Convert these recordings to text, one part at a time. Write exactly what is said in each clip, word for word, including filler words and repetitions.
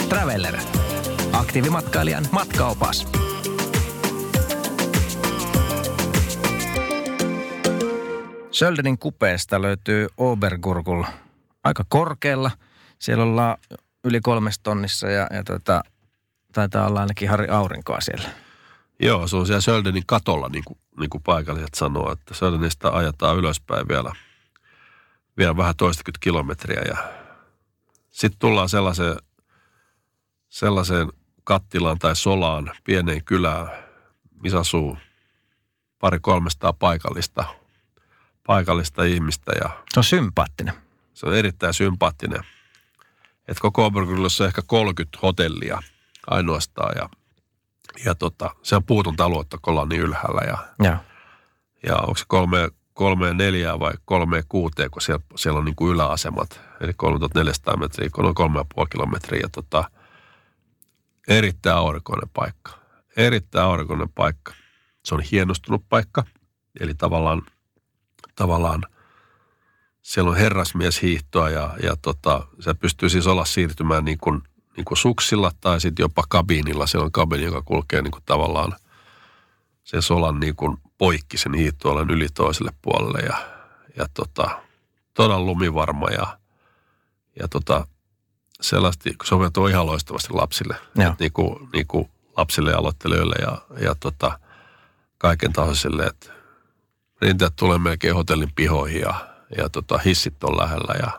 Traveller. Aktiivimatkailijan matkaopas. Söldenin kupeesta löytyy Obergurgul aika korkealla. Siellä ollaan yli kolmessa tonnissa ja, ja tota, taitaa olla ainakin Harri Aurinkoa siellä. Joo, se on siellä Söldenin katolla, niin kuin, niin kuin paikalliset sanoo, että Söldenistä ajetaan ylöspäin vielä, vielä vähän toistakymmentä kilometriä. Ja sitten tullaan sellaiseen, sellaiseen kattilaan tai solaan, pieneen kylään, missä asuu pari kolmestaan paikallista, paikallista ihmistä. Ja se on sympaattinen. Se on erittäin sympaattinen. Että koko Obergurgulissa on ehkä kolmekymmentä hotellia ainoastaan ja Ja tota, se on puutonta aluetta, kun ollaan niin ylhäällä. Ja, ja. ja onko se kolme, kolme neljää vai kolme kuuteen, kun siellä, siellä on niin kuin yläasemat. Eli kolmetuhattaneljäsataa metriä, noin kolme ja puoli kilometriä. Ja tota, erittäin aurinkoinen paikka. Erittäin aurinkoinen paikka. Se on hienostunut paikka. Eli tavallaan, tavallaan siellä on herrasmieshiihtoa ja, ja tota, se pystyy siis olla siirtymään niin kuin niin kuin suksilla tai sitten jopa kabiinilla. Siellä on kabiini, joka kulkee niin kuin tavallaan sen solan niin kuin poikki sen hiihtoalan yli toiselle puolelle. Ja, ja tota, todella lumivarma ja, ja tota, sellaista soveltuu ihan loistavasti lapsille. Niin kuin, niin kuin lapsille ja aloittelijoille ja, ja tota, kaiken tasoisille. Että rinteet tulee melkein hotellin pihoihin ja, ja tota, hissit on lähellä. Ja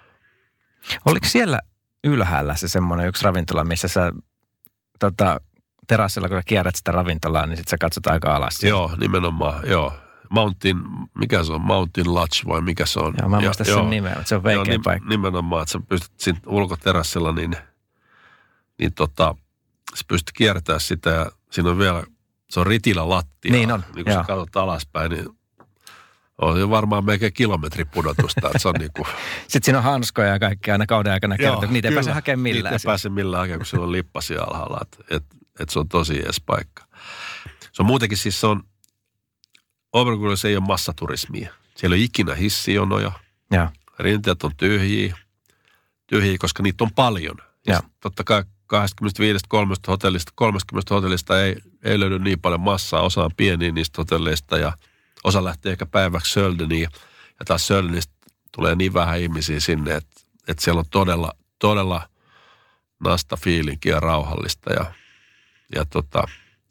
oliko siellä ylhäällä se semmoinen yksi ravintola, missä sä tota, terassilla, kun sä kierrät sitä ravintolaa, niin sit sä katsot aika alas. Joo, nimenomaan, joo. Mountain, mikä se on? Mountain Lodge vai mikä se on? Joo, mä muistan sen nimeä, mutta se on veikeä joo, paikka. Nimenomaan, että sä pystyt siinä ulkoterassilla, niin, niin tota, sä pystyt kiertämään sitä ja siinä on vielä, se on ritilä lattia. Niin on, niin kun sä katsot alaspäin, niin on jo varmaan melkein kilometri pudotusta, että se on niinku sitten siinä on hanskoja ja kaikki aina kauden aikana kertaa, niitä ei pääse hakemaan millään. Niitä ei pääse millään hakemaan, kun siellä on lippasia alhaalla, että et, et se on tosi ees paikka. Se on muutenkin siis se on, Obergurgulissa ei ole massaturismia. Siellä ei ole ikinä hissijonoja. Rinteet on tyhjiä, tyhjiä, koska niitä on paljon. Ja totta kai kaksikymmentäviisi kolmekymmentä hotellista, kolmekymmentä hotellista ei, ei löydy niin paljon massaa, osa on pieniä niistä hotelleista ja osa lähtee ehkä päiväksi Söldeniin ja taas Söldenistä tulee niin vähän ihmisiä sinne, että, että siellä on todella, todella nasta fiilinkiä ja rauhallista. Ja, ja tota,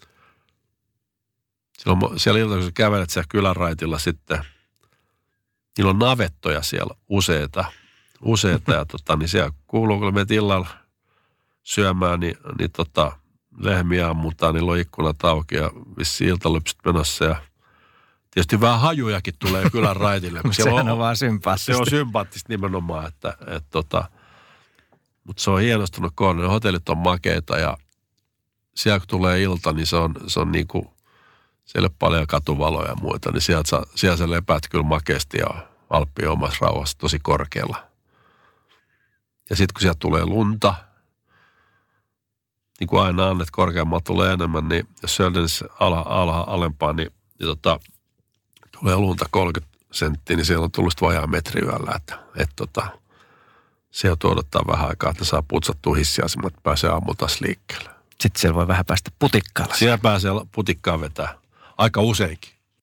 siellä, on, siellä ilta, kun sä kävelet siellä kylänraitilla sitten, niillä on navettoja siellä useita, useita ja tota, niin siellä kuuluu, kun menet illalla syömään, niin, niin tota, lehmiä ammutaan, niillä on ikkunat auki ja vissiin iltalypsyt menossa ja tietysti vähän hajujakin tulee kylän raitille. Sehän on, on vaan sympaattista. Se on sympaattista nimenomaan, että et tota, mutta se on hienostunut kohdalla. Hotellit on makeita ja siellä kun tulee ilta, niin se on, se on niinku, siellä on paljon katuvaloja ja muita, niin sieltä sä, siellä sä lepäät kyllä makeasti ja Alppien omassa rauhassa tosi korkealla. Ja sitten kun sieltä tulee lunta, niin kuin aina on, että korkeammalla tulee enemmän, niin jos Söldenissä ala, ala, alempaa, niin, niin tota, tulee lunta kolmekymmentä senttiä, niin siellä on tullut vajaa metri yöllä, että, että tota, se joutuu odottaa vähän aikaa, että saa putsattua hissiasemat, että pääsee aamulla taas liikkeelle. Sitten siellä voi vähän päästä putikkailla. Siellä pääsee putikkaan vetää aika useinkin.